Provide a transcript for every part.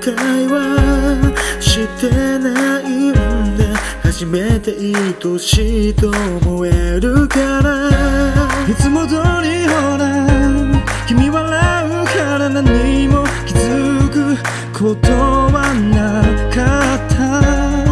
解はしてないんだ。初めて愛しいと思えるから。いつも通りほら君笑うから何も気づくことはなかった。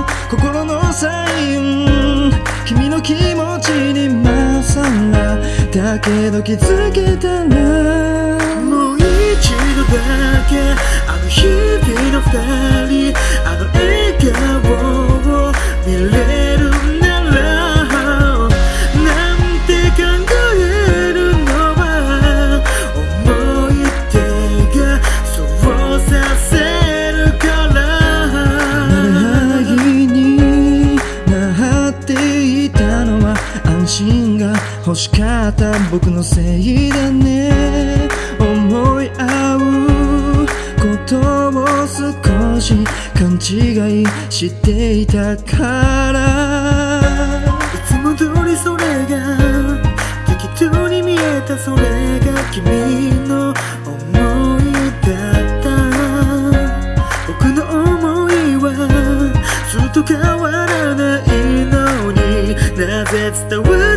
心のサイン君の気持ちに今さらだけど気づけたらもう一度だけあの日々の二人あの笑顔を見れるならなんて考えるのは思い出がそうさせるから愛になっていたのは安心が欲しかった僕のせいだね。思い合うことを少し勘違いしていたからいつも通りそれが適当に見えたそれが君の思いだった僕の思いはずっと変わらないのになぜ伝わる